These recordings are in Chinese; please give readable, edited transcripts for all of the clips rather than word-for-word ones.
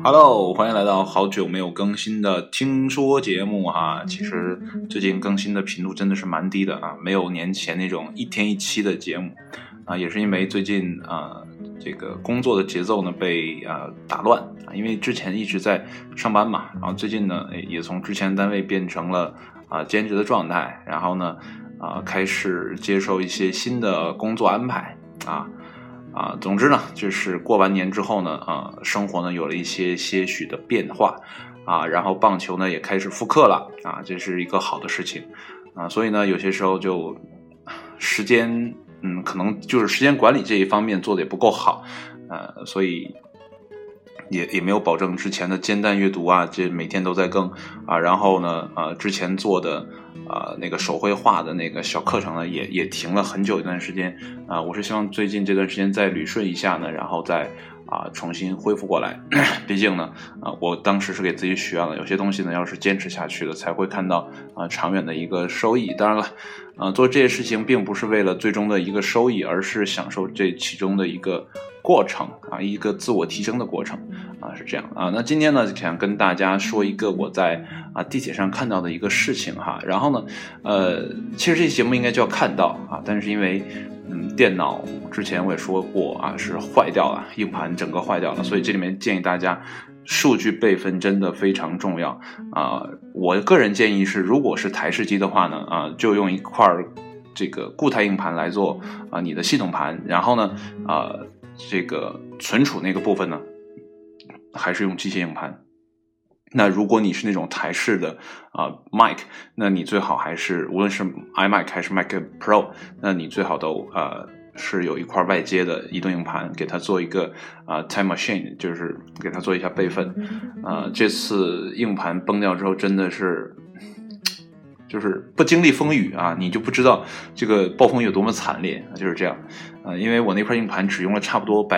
Hello， 欢迎来到好久没有更新的听说节目啊。其实最近更新的频度真的是蛮低的啊，没有年前那种一天一期的节目啊，也是因为最近这个工作的节奏呢被打乱啊，因为之前一直在上班嘛，然后最近呢也从之前单位变成了兼职的状态，然后呢开始接受一些新的工作安排总之呢，就是过完年之后呢，生活呢有了一些些许的变化然后棒球呢也开始复课了这是一个好的事情所以呢有些时候就时间可能就是时间管理这一方面做的也不够好所以也没有保证之前的煎蛋阅读这每天都在更然后呢之前做的那个手绘画的那个小课程呢也停了很久一段时间我是希望最近这段时间再捋顺一下呢，然后再重新恢复过来。毕竟呢我当时是给自己许愿了，有些东西呢要是坚持下去的才会看到长远的一个收益。当然了做这些事情并不是为了最终的一个收益，而是享受这其中的一个过程一个自我提升的过程是这样那今天呢想跟大家说一个我在地铁上看到的一个事情然后呢其实这期节目应该就要看到但是因为电脑之前我也说过是坏掉了，硬盘整个坏掉了，所以这里面建议大家数据备份真的非常重要我个人建议是，如果是台式机的话呢就用一块这个固态硬盘来做你的系统盘，然后呢这个存储那个部分呢还是用机械硬盘。那如果你是那种台式的Mac， 那你最好还是无论是 iMac 还是 Mac Pro， 那你最好都是有一块外接的移动硬盘，给它做一个time machine， 就是给它做一下备份这次硬盘崩掉之后真的是就是不经历风雨你就不知道这个暴风雨有多么惨烈就是这样因为我那块硬盘只用了差不多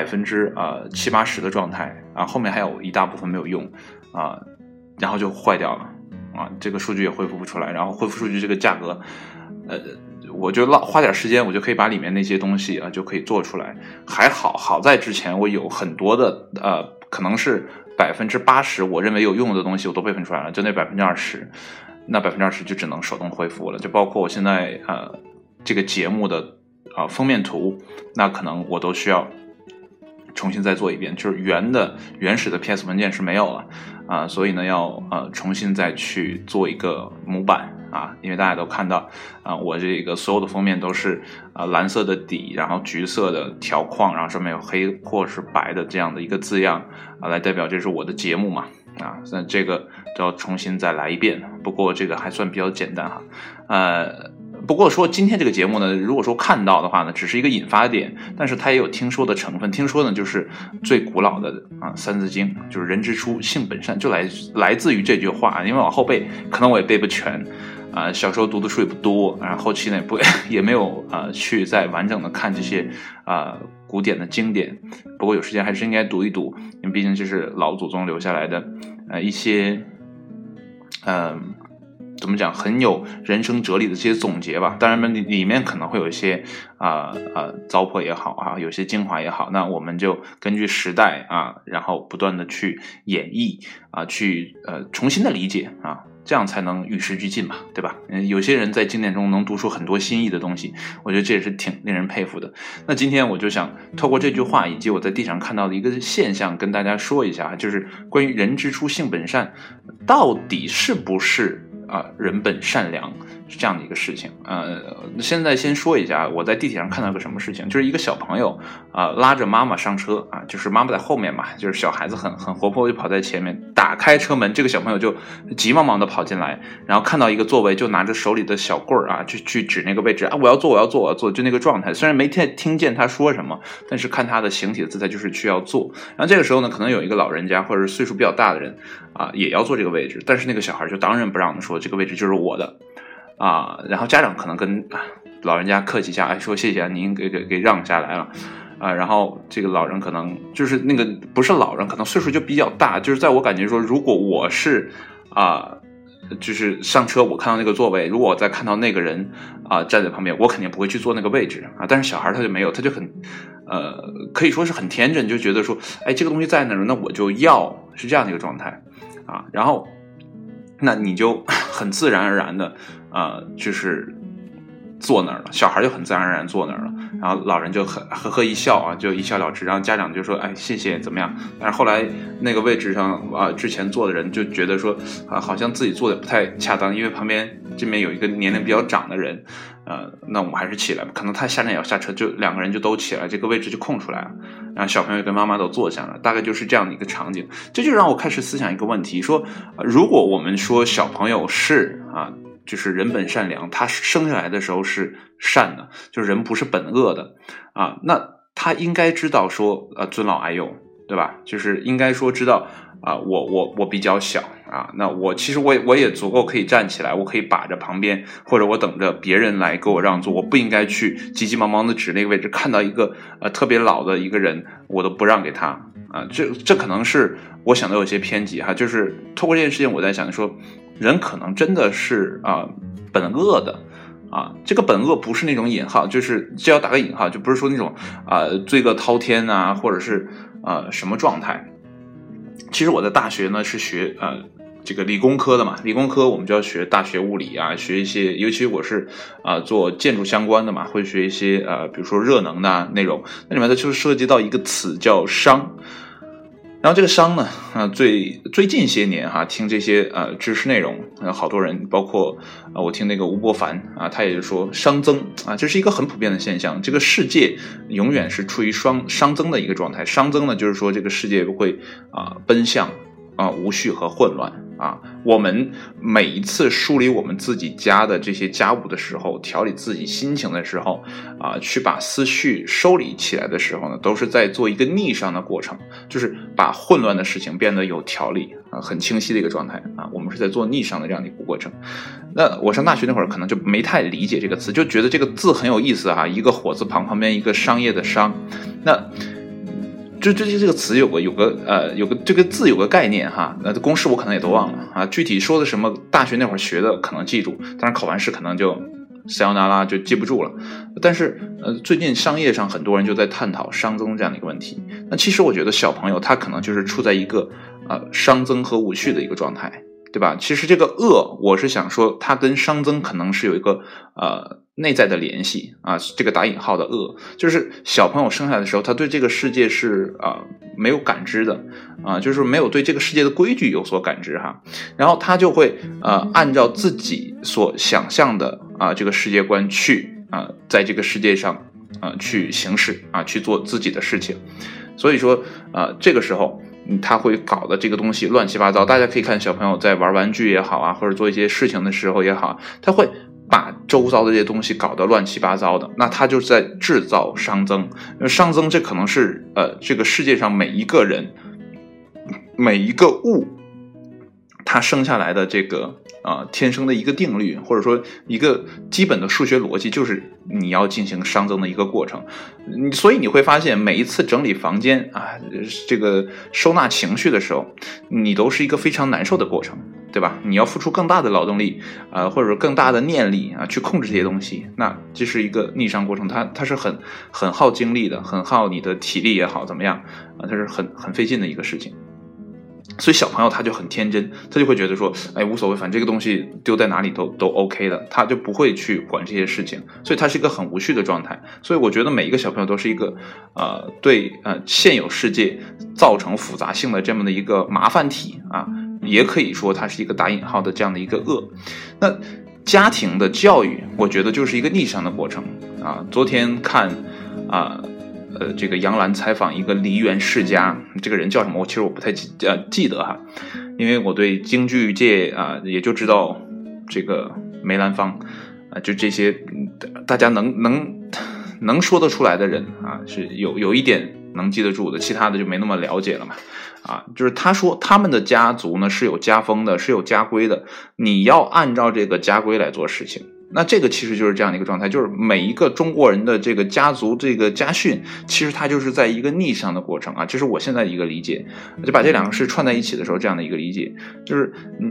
70%-80%的状态后面还有一大部分没有用然后就坏掉了这个数据也恢复不出来，然后恢复数据这个价格我就花点时间我就可以把里面那些东西就可以做出来。还好在之前我有很多的可能是80%我认为有用的东西我都备份出来了，就那20%，那20%就只能手动恢复了，就包括我现在这个节目的封面图，那可能我都需要重新再做一遍，就是原始的 PS 文件是没有了所以呢要重新再去做一个模板因为大家都看到我这个所有的封面都是蓝色的底，然后橘色的条框，然后上面有黑或是白的这样的一个字样来代表这是我的节目嘛那这个都要重新再来一遍，不过这个还算比较简单不过说今天这个节目呢，如果说看到的话呢，只是一个引发点，但是它也有听说的成分。听说呢就是最古老的三字经，就是人之初性本善，就来自于这句话因为往后背可能我也背不全小时候读的书也不多，然后后期呢也没有去再完整的看这些古典的经典，不过有时间还是应该读一读，因为毕竟这是老祖宗留下来的一些怎么讲很有人生哲理的这些总结吧。当然里面可能会有一些糟粕也好有些精华也好，那我们就根据时代然后不断的去演绎去重新的理解这样才能与时俱进嘛，对吧有些人在经典中能读出很多新意的东西，我觉得这也是挺令人佩服的。那今天我就想透过这句话以及我在地上看到的一个现象跟大家说一下，就是关于人之初性本善到底是不是人本善良是这样的一个事情现在先说一下我在地铁上看到个什么事情，就是一个小朋友拉着妈妈上车就是妈妈在后面嘛，就是小孩子很活泼就跑在前面，打开车门，这个小朋友就急忙忙的跑进来，然后看到一个座位就拿着手里的小棍去指那个位置我要坐，就那个状态，虽然没听见他说什么，但是看他的形体的姿态就是去要坐。然后这个时候呢可能有一个老人家或者是岁数比较大的人也要坐这个位置，但是那个小孩就当仁不让的说这个位置就是我的然后家长可能跟老人家客气一下说谢谢您给让下来了然后这个老人可能就是那个不是老人，可能岁数就比较大，就是在我感觉说如果我是就是上车我看到那个座位，如果我再看到那个人站在旁边，我肯定不会去坐那个位置啊。但是小孩他就没有，他就很可以说是很天真，就觉得说，哎，这个东西在那儿，那我就要，是这样的一个状态啊。然后那你就很自然而然的就是坐那儿了，小孩就很自然而然坐那儿了，然后老人就呵呵一笑啊，就一笑了之，然后家长就说，哎，谢谢怎么样？但是后来那个位置上之前坐的人就觉得说好像自己坐的不太恰当，因为旁边这边有一个年龄比较长的人，那我们还是起来吧，可能他下站也要下车，就两个人就都起来，这个位置就空出来了，然后小朋友跟妈妈都坐下了，大概就是这样的一个场景。这就让我开始思想一个问题，说如果我们说小朋友是就是人本善良，他生下来的时候是善的，就是人不是本恶的那他应该知道说尊老爱幼，对吧？就是应该说知道我比较小那我其实我也足够可以站起来，我可以把着旁边，或者我等着别人来给我让座，我不应该去急急忙忙的指那个位置，看到一个特别老的一个人我都不让给他这可能是我想的有些偏激就是透过这件事情我在想说，人可能真的是本恶的这个本恶不是那种引号，就是只要打个引号，就不是说那种罪恶滔天或者是什么状态。其实我在大学呢是学这个理工科的嘛，理工科我们就要学大学物理学一些，尤其我是做建筑相关的嘛，会学一些比如说热能的内容，那里面呢就涉及到一个词叫熵。然后这个熵呢最近些年听这些知识内容好多人包括我听那个吴伯凡他也就说熵增这是一个很普遍的现象，这个世界永远是处于熵增的一个状态。熵增呢就是说这个世界会奔向无序和混乱我们每一次梳理我们自己家的这些家务的时候，调理自己心情的时候去把思绪收理起来的时候呢，都是在做一个逆商的过程，就是把混乱的事情变得有条理很清晰的一个状态我们是在做逆商的这样的一个过程。那我上大学那会儿可能就没太理解这个词，就觉得这个字很有意思一个火字旁边一个商业的商，那这个词有个这个字有个概念那公式我可能也都忘了具体说的什么大学那会儿学的可能记住，但是考完试可能就撒由那拉就记不住了。但是最近商业上很多人就在探讨熵增这样的一个问题。那其实我觉得小朋友他可能就是处在一个熵增和无序的一个状态，对吧？其实这个恶我是想说它跟熵增可能是有一个内在的联系这个打引号的恶，就是小朋友生下来的时候他对这个世界是没有感知的就是没有对这个世界的规矩有所感知然后他就会按照自己所想象的这个世界观去在这个世界上去行事去做自己的事情。所以说这个时候他会搞的这个东西乱七八糟，大家可以看小朋友在玩玩具也好或者做一些事情的时候也好，他会把周遭的这些东西搞得乱七八糟的，那他就是在制造熵增。熵增这可能是这个世界上每一个人每一个物他生下来的这个天生的一个定律，或者说一个基本的数学逻辑，就是你要进行熵增的一个过程。所以你会发现每一次整理房间这个收纳情绪的时候，你都是一个非常难受的过程，对吧？你要付出更大的劳动力或者说更大的念力去控制这些东西，那这是一个逆商过程，它是很耗精力的，很耗你的体力也好怎么样它是很费劲的一个事情。所以小朋友他就很天真，他就会觉得说哎无所谓，反正这个东西丢在哪里都 OK 的，他就不会去管这些事情，所以他是一个很无序的状态。所以我觉得每一个小朋友都是一个对现有世界造成复杂性的这么的一个麻烦体也可以说它是一个打引号的这样的一个恶。那家庭的教育我觉得就是一个逆商的过程昨天看这个杨澜采访一个梨园世家，这个人叫什么其实我不太记得因为我对京剧界也就知道这个梅兰芳就这些大家能说得出来的人是有一点能记得住的，其他的就没那么了解了嘛就是他说他们的家族呢是有家风的，是有家规的，你要按照这个家规来做事情。那这个其实就是这样的一个状态，就是每一个中国人的这个家族这个家训，其实它就是在一个逆商的过程这是我现在的一个理解，就把这两个事串在一起的时候这样的一个理解，就是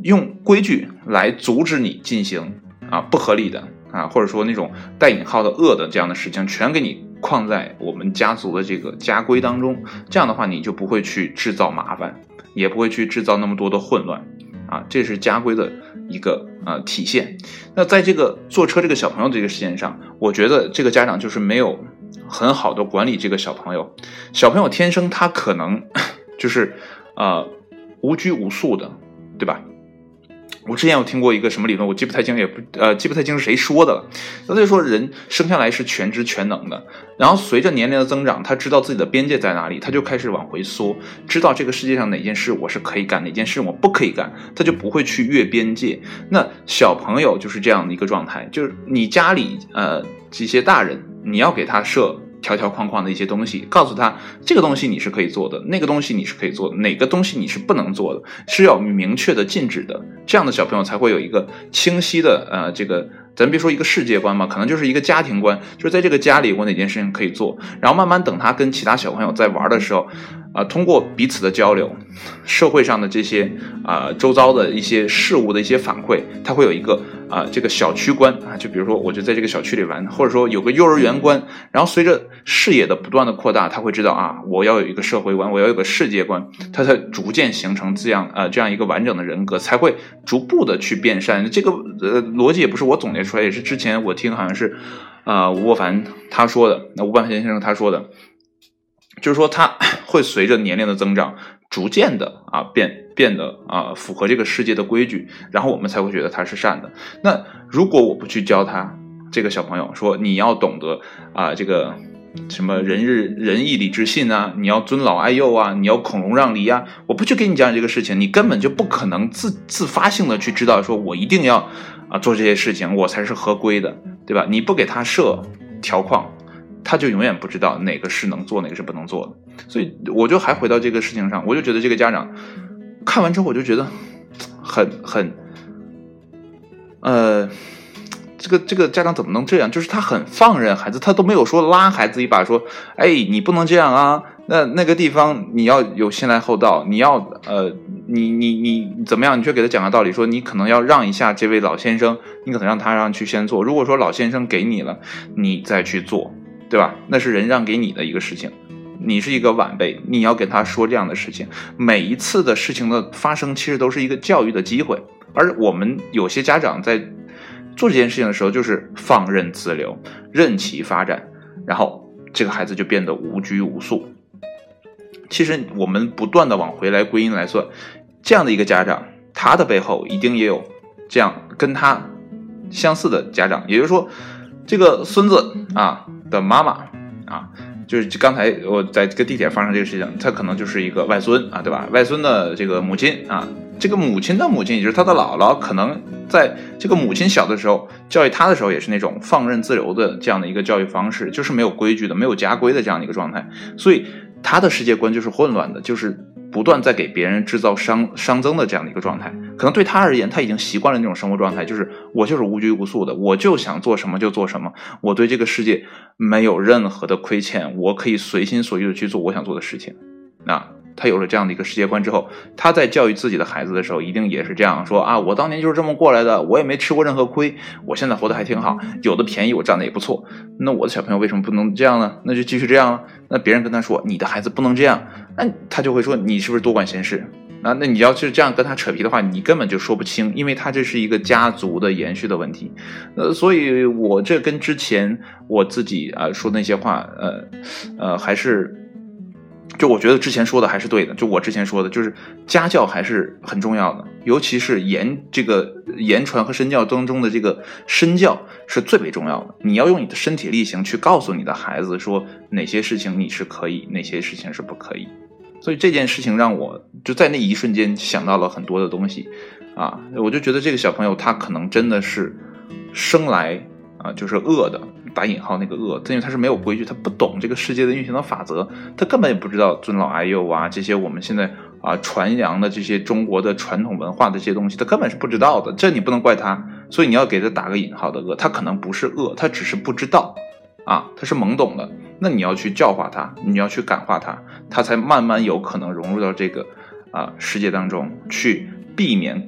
用规矩来阻止你进行不合理的或者说那种带引号的恶的这样的事情，全给你框在我们家族的这个家规当中，这样的话你就不会去制造麻烦，也不会去制造那么多的混乱这是家规的一个体现。那在这个坐车这个小朋友这个事件上，我觉得这个家长就是没有很好的管理这个小朋友。小朋友天生他可能就是无拘无束的，对吧？我之前有听过一个什么理论，我记不太清是谁说的了。他就说人生下来是全知全能的，然后随着年龄的增长，他知道自己的边界在哪里，他就开始往回缩，知道这个世界上哪件事我是可以干，哪件事我不可以干，他就不会去越边界。那小朋友就是这样的一个状态，就是你家里这些大人，你要给他设条条框框的一些东西，告诉他这个东西你是可以做的，那个东西你是可以做的，哪个东西你是不能做的，是要明确的禁止的。这样的小朋友才会有一个清晰的这个咱别说一个世界观嘛，可能就是一个家庭观，就是在这个家里我哪件事情可以做，然后慢慢等他跟其他小朋友在玩的时候通过彼此的交流，社会上的这些周遭的一些事物的一些反馈，他会有一个这个小区观就比如说我就在这个小区里玩，或者说有个幼儿园观，然后随着视野的不断的扩大，他会知道我要有一个社会观，我要有个世界观，他才逐渐形成这样一个完整的人格，才会逐步的去变善。这个逻辑也不是我总结出来，也是之前我听好像是吴伯凡他说的，吴伯凡先生他说的，就是说他会随着年龄的增长逐渐的变得符合这个世界的规矩，然后我们才会觉得他是善的。那如果我不去教他这个小朋友说你要懂得这个什么仁义礼智信你要尊老爱幼你要孔融让梨我不去给你讲这个事情，你根本就不可能自发性的去知道说我一定要做这些事情我才是合规的，对吧？你不给他设条框，他就永远不知道哪个是能做哪个是不能做的。所以我就还回到这个事情上，我就觉得这个家长看完之后我就觉得很这个家长怎么能这样，就是他很放任孩子，他都没有说拉孩子一把说你不能这样那个地方你要有先来后到，你要你怎么样，你就给他讲个道理，说你可能要让一下这位老先生，你可能让他去先做，如果说老先生给你了你再去做，对吧？那是人让给你的一个事情，你是一个晚辈，你要给他说这样的事情。每一次的事情的发生其实都是一个教育的机会，而我们有些家长在做这件事情的时候就是放任自流，任其发展，然后这个孩子就变得无拘无束。其实我们不断的往回来归因来算，这样的一个家长，他的背后一定也有这样跟他相似的家长，也就是说这个孙子的妈妈就是刚才我在这个地铁发生这个事情，他可能就是一个外孙对吧？外孙的这个母亲这个母亲的母亲也就是他的姥姥，可能在这个母亲小的时候教育他的时候也是那种放任自由的这样的一个教育方式，就是没有规矩的，没有家规的这样的一个状态，所以他的世界观就是混乱的，就是不断在给别人制造熵增的这样的一个状态。可能对他而言，他已经习惯了那种生活状态，就是我就是无拘无束的，我就想做什么就做什么，我对这个世界没有任何的亏欠，我可以随心所欲的去做我想做的事情。他有了这样的一个世界观之后，他在教育自己的孩子的时候一定也是这样说我当年就是这么过来的，我也没吃过任何亏，我现在活得还挺好，有的便宜我占的也不错，那我的小朋友为什么不能这样呢？那就继续这样了。那别人跟他说你的孩子不能这样，那他就会说你是不是多管闲事那你要是这样跟他扯皮的话，你根本就说不清，因为他这是一个家族的延续的问题。所以我这跟之前我自己说那些话还是就我觉得之前说的还是对的，就我之前说的就是家教还是很重要的，尤其是这个言传和身教当中的这个身教是最为重要的。你要用你的身体力行去告诉你的孩子说哪些事情你是可以，哪些事情是不可以。所以这件事情让我就在那一瞬间想到了很多的东西我就觉得这个小朋友他可能真的是生来就是恶的，打引号那个恶，因为他是没有规矩，他不懂这个世界的运行的法则，他根本也不知道尊老爱幼这些我们现在传扬的这些中国的传统文化的这些东西，他根本是不知道的，这你不能怪他。所以你要给他打个引号的恶，他可能不是恶，他只是不知道他是懵懂的。那你要去教化他，你要去感化他，他才慢慢有可能融入到这个世界当中去，避免给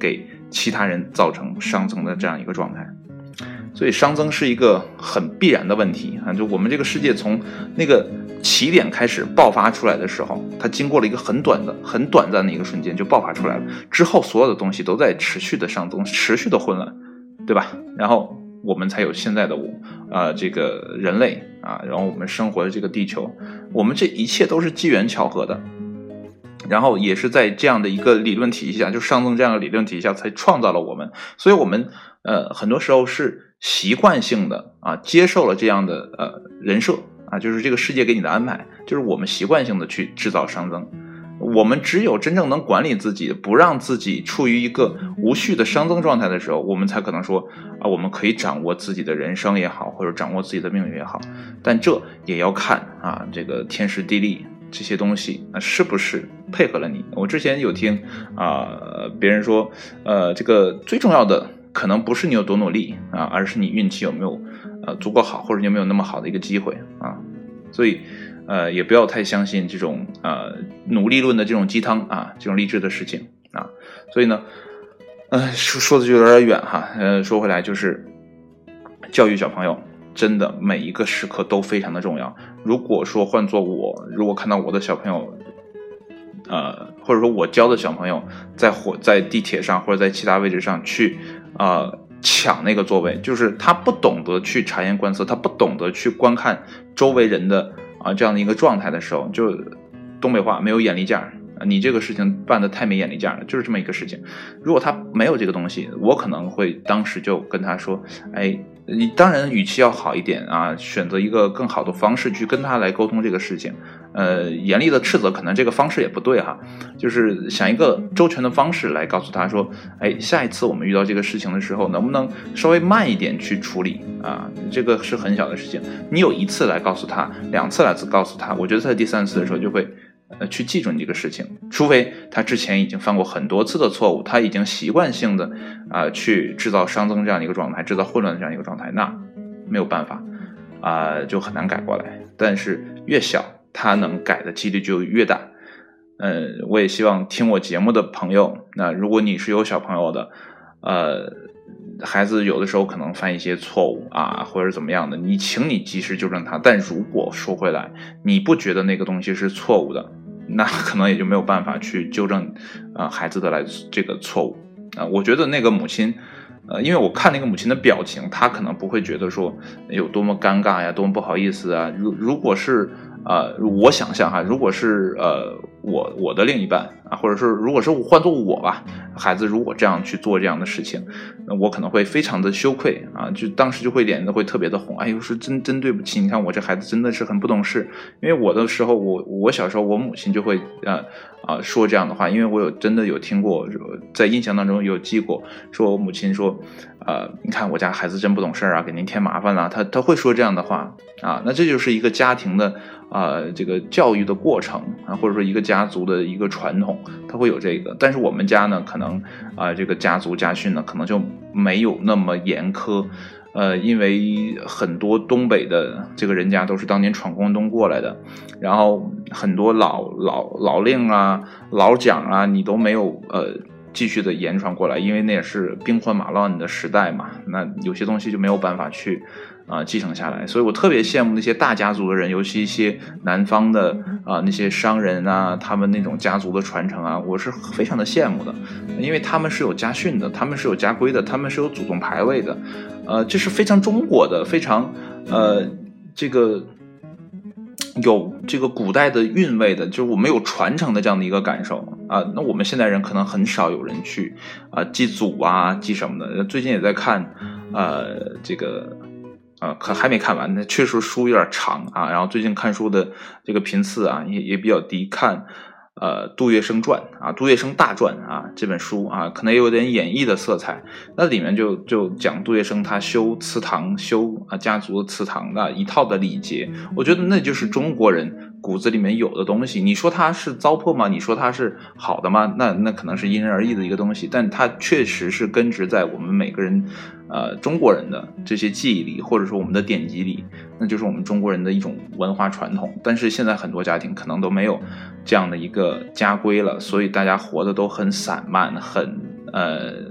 其他人造成熵增的这样一个状态。所以熵增是一个很必然的问题啊！就我们这个世界从那个起点开始爆发出来的时候，它经过了一个很短暂的一个瞬间就爆发出来了，之后所有的东西都在持续的熵增，持续的混乱，对吧？然后我们才有现在的这个人类啊，然后我们生活的这个地球，我们这一切都是机缘巧合的。然后也是在这样的一个理论体系下，就熵增这样的理论体系下才创造了我们，所以我们很多时候是习惯性的接受了这样的人设啊，就是这个世界给你的安排，就是我们习惯性的去制造熵增。我们只有真正能管理自己，不让自己处于一个无序的熵增状态的时候，我们才可能说我们可以掌握自己的人生也好，或者掌握自己的命运也好。但这也要看这个天时地利这些东西是不是配合了你。我之前有听别人说这个最重要的可能不是你有多努力而是你运气有没有足够好，或者你有没有那么好的一个机会所以也不要太相信这种努力论的这种鸡汤这种励志的事情所以呢说的就有点远说回来，就是教育小朋友真的每一个时刻都非常的重要。如果说换做我，如果看到我的小朋友或者说我教的小朋友在地铁上或者在其他位置上去抢那个座位，就是他不懂得去察言观色，他不懂得去观看周围人的这样的一个状态的时候，就东北话没有眼力见儿，你这个事情办得太没眼力见儿了，就是这么一个事情。如果他没有这个东西，我可能会当时就跟他说你当然语气要好一点选择一个更好的方式去跟他来沟通这个事情。严厉的斥责可能这个方式也不对就是想一个周全的方式来告诉他说下一次我们遇到这个事情的时候能不能稍微慢一点去处理这个是很小的事情。你有一次来告诉他，2次来告诉他，我觉得在第3次的时候就会去记住你这个事情，除非他之前已经犯过很多次的错误，他已经习惯性的去制造熵增这样的一个状态，制造混乱的这样一个状态，那没有办法就很难改过来。但是越小他能改的几率就越大。我也希望听我节目的朋友，那如果你是有小朋友的孩子有的时候可能犯一些错误或者怎么样的，请你及时纠正他。但如果说回来你不觉得那个东西是错误的，那可能也就没有办法去纠正孩子的这个错误我觉得那个母亲因为我看那个母亲的表情，她可能不会觉得说有多么尴尬呀，多么不好意思如果是我想象如果是我的另一半或者是如果是换做我吧，孩子如果这样去做这样的事情，我可能会非常的羞愧就当时就会脸会特别的红。呦，是真对不起，你看我这孩子真的是很不懂事。因为我的时候我小时候我母亲就会说这样的话，因为我真的有听过，在印象当中有记过，说我母亲说你看我家孩子真不懂事给您添麻烦了，他会说这样的话那这就是一个家庭的这个教育的过程或者说一个家族的一个传统，它会有这个。但是我们家呢可能这个家族家训呢可能就没有那么严苛因为很多东北的这个人家都是当年闯关东过来的，然后很多老令老讲你都没有继续的言传过来，因为那也是兵荒马乱的时代嘛，那有些东西就没有办法去继承下来。所以我特别羡慕那些大家族的人，尤其一些南方的那些商人他们那种家族的传承我是非常的羡慕的，因为他们是有家训的，他们是有家规的，他们是有祖宗牌位的这是非常中国的，非常这个有这个古代的韵味的，就是我们有传承的这样的一个感受那我们现代人可能很少有人去祭祖记什么的。最近也在看这个可还没看完，那确实书有点长然后最近看书的这个频次也比较低，看杜月笙传杜月笙大传这本书可能也有点演绎的色彩。那里面就讲杜月笙他修祠堂，修家族的祠堂的一套的礼节，我觉得那就是中国人骨子里面有的东西。你说它是糟粕吗？你说它是好的吗？那可能是因人而异的一个东西，但它确实是根植在我们每个人中国人的这些记忆里，或者说我们的典籍里，那就是我们中国人的一种文化传统。但是现在很多家庭可能都没有这样的一个家规了，所以大家活得都很散漫，很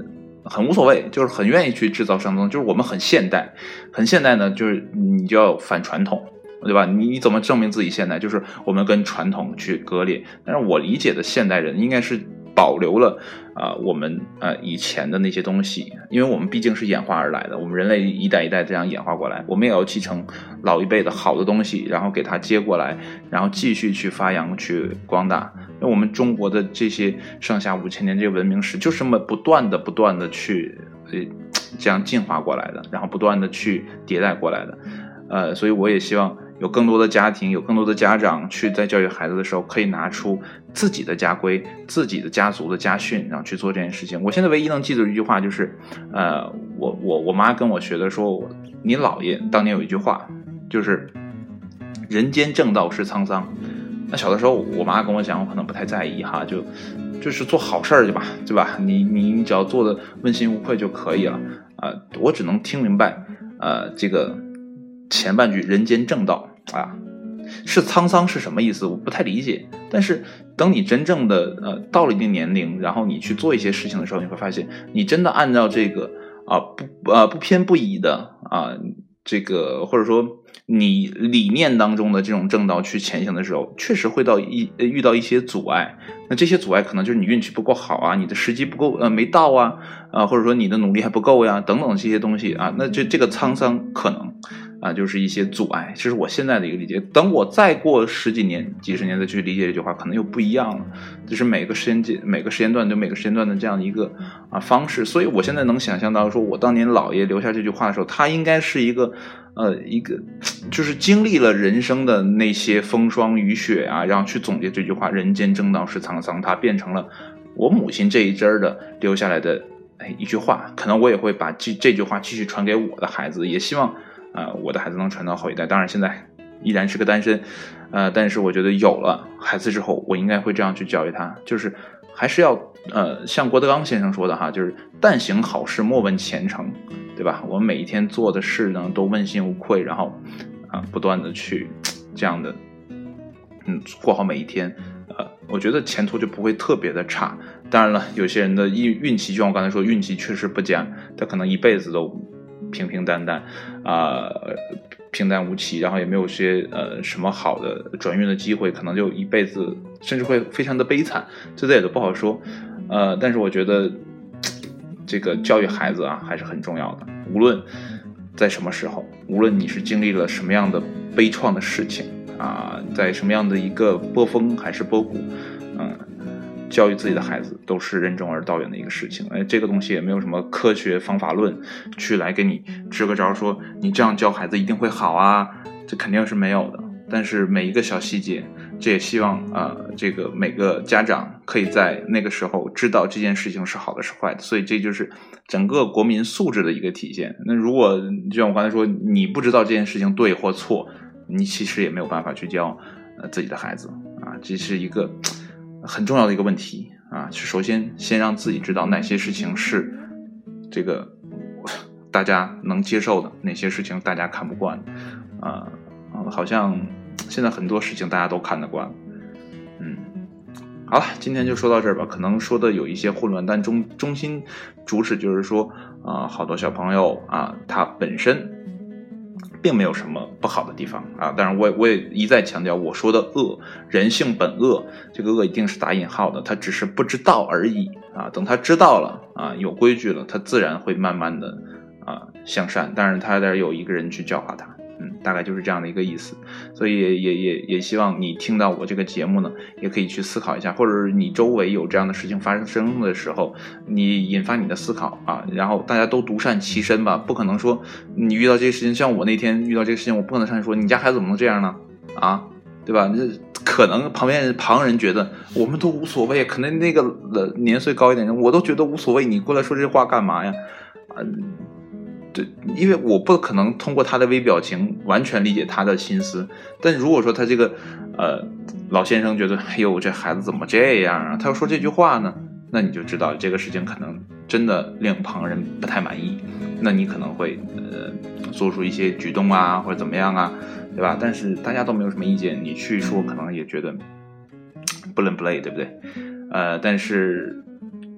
很无所谓，就是很愿意去制造上争，就是我们很现代呢，就是你就要反传统，对吧？你怎么证明自己现代？就是我们跟传统去割裂。但是我理解的现代人应该是保留了我们以前的那些东西，因为我们毕竟是演化而来的，我们人类一代一代这样演化过来，我们也要继承老一辈的好的东西，然后给它接过来，然后继续去发扬去光大。因为我们中国的这些上下5000年这个文明史就是这么不断的去这样进化过来的，然后不断的去迭代过来的。所以我也希望有更多的家庭，有更多的家长去在教育孩子的时候可以拿出自己的家规，自己的家族的家训，然后去做这件事情。我现在唯一能记住一句话就是我妈跟我学的，说你姥爷当年有一句话，就是人间正道是沧桑。那小的时候我妈跟我讲，我可能不太在意哈，就是做好事儿去吧，对吧？你只要做的问心无愧就可以了我只能听明白这个前半句人间正道是沧桑是什么意思，我不太理解。但是等你真正的到了一定年龄，然后你去做一些事情的时候，你会发现你真的按照这个不偏不倚的这个或者说你理念当中的这种正道去前行的时候，确实会遇到一些阻碍。那这些阻碍可能就是你运气不够好你的时机不够没到或者说你的努力还不够呀等等这些东西那这个沧桑可能就是一些阻碍。这是我现在的一个理解。等我再过10几年几十年再去理解这句话，可能又不一样了。就是每个时间段有每个时间段的这样的一个方式。所以我现在能想象到，说我当年姥爷留下这句话的时候，他应该是一个就是经历了人生的那些风霜雨雪然后去总结这句话人间正道是沧桑，它变成了我母亲这一支的留下来的一句话。可能我也会把这句话继续传给我的孩子，也希望我的孩子能传到后一代。当然现在依然是个单身但是我觉得有了孩子之后，我应该会这样去教育他，就是还是要像郭德纲先生说的就是但行好事莫问前程，对吧？我们每一天做的事呢都问心无愧，然后不断的去这样的过好每一天我觉得前途就不会特别的差。当然了，有些人的运气就像我刚才说，运气确实不佳，他可能一辈子都平平淡淡平淡无奇，然后也没有些什么好的转运的机会，可能就一辈子甚至会非常的悲惨，这也都不好说但是我觉得这个教育孩子还是很重要的。无论在什么时候，无论你是经历了什么样的悲怆的事情在什么样的一个波峰还是波谷教育自己的孩子都是任重而道远的一个事情。这个东西也没有什么科学方法论去来给你支个招，说你这样教孩子一定会好这肯定是没有的。但是每一个小细节，这也希望这个每个家长可以在那个时候知道这件事情是好的是坏的。所以这就是整个国民素质的一个体现。那如果就像我刚才说，你不知道这件事情对或错，你其实也没有办法去教自己的孩子这是一个很重要的一个问题首先让自己知道哪些事情是这个大家能接受的，哪些事情大家看不惯好像现在很多事情大家都看得惯好了，今天就说到这儿吧。可能说的有一些混乱，但中心主旨就是说好多小朋友他本身并没有什么不好的地方当然我也一再强调，我说的恶，人性本恶，这个恶一定是打引号的，他只是不知道而已等他知道了有规矩了，他自然会慢慢的向善，但是他得有一个人去教化他大概就是这样的一个意思。所以也希望你听到我这个节目呢，也可以去思考一下，或者你周围有这样的事情发生的时候，你引发你的思考然后大家都独善其身吧。不可能说你遇到这些事情，像我那天遇到这个事情，我不可能上去说你家孩子怎么能这样呢对吧？这可能旁人觉得我们都无所谓，可能那个年岁高一点人我都觉得无所谓，你过来说这话干嘛呀对，因为我不可能通过他的微表情完全理解他的心思。但如果说他这个老先生觉得这孩子怎么这样他要说这句话呢，那你就知道这个事情可能真的令旁人不太满意，那你可能会做出一些举动或者怎么样对吧？但是大家都没有什么意见，你去说可能也觉得不伦不类，对不对但是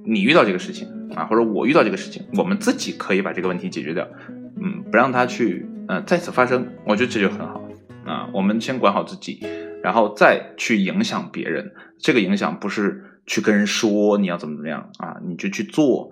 你遇到这个事情啊，或者我遇到这个事情，我们自己可以把这个问题解决掉，不让它去再次发生，我觉得这就很好啊。我们先管好自己，然后再去影响别人。这个影响不是去跟人说你要怎么样啊，你就去做。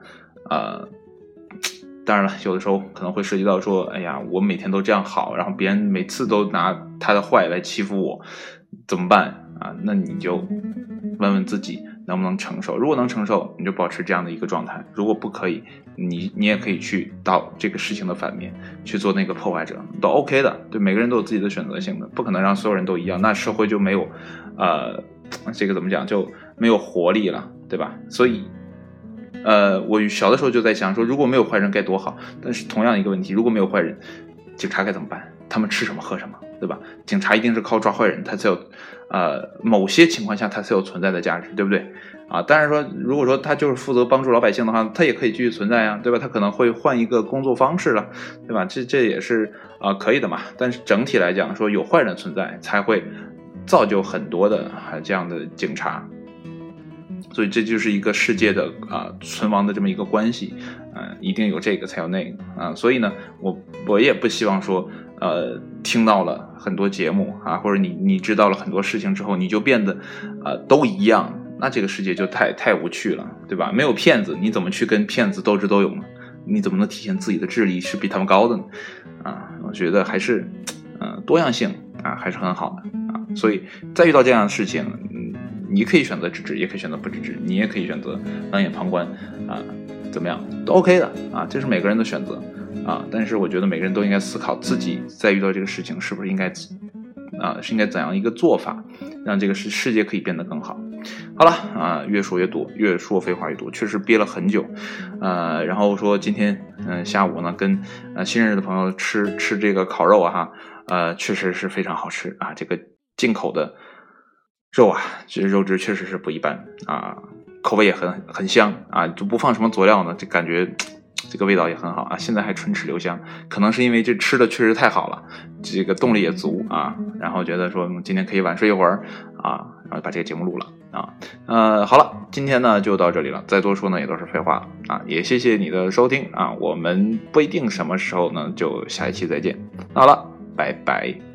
当然了，有的时候可能会涉及到说，哎呀，我每天都这样好，然后别人每次都拿他的坏来欺负我，怎么办啊？那你就问问自己能不能承受。如果能承受，你就保持这样的一个状态；如果不可以，你也可以去到这个事情的反面去做那个破坏者，都 OK 的。对，每个人都有自己的选择性的，不可能让所有人都一样，那社会就没有这个怎么讲，就没有活力了，对吧？所以我小的时候就在想说，如果没有坏人该多好。但是同样一个问题，如果没有坏人，警察该怎么办？他们吃什么喝什么，对吧？警察一定是靠抓坏人，他才有某些情况下他才有存在的价值，对不对啊？当然说，如果说他就是负责帮助老百姓的话，他也可以继续存在呀，对吧？他可能会换一个工作方式了，对吧？这也是可以的嘛。但是整体来讲，说有坏人存在，才会造就很多的这样的警察。所以这就是一个世界的存亡的这么一个关系，一定有这个才有那个所以呢，我也不希望说听到了很多节目或者你知道了很多事情之后，你就变得都一样，那这个世界就太无趣了，对吧？没有骗子，你怎么去跟骗子斗智斗勇呢？你怎么能体现自己的智力是比他们高的呢？我觉得还是多样性还是很好的所以再遇到这样的事情，你可以选择支持，也可以选择不支持，你也可以选择冷眼旁观怎么样都 OK 的这是每个人的选择但是我觉得每个人都应该思考自己在遇到这个事情是不是应该是应该怎样一个做法，让这个世界可以变得更好。好了越说越多，越说废话越多，确实憋了很久然后说今天下午呢跟新认识的朋友吃这个烤肉确实是非常好吃这个进口的肉这肉质确实是不一般口味也很香就不放什么佐料呢，就感觉这个味道也很好现在还唇齿留香，可能是因为这吃的确实太好了，这个动力也足然后觉得说今天可以晚睡一会儿然后把这个节目录了好了，今天呢就到这里了，再多说呢也都是废话也谢谢你的收听我们不一定什么时候呢就下一期再见，好了，拜拜。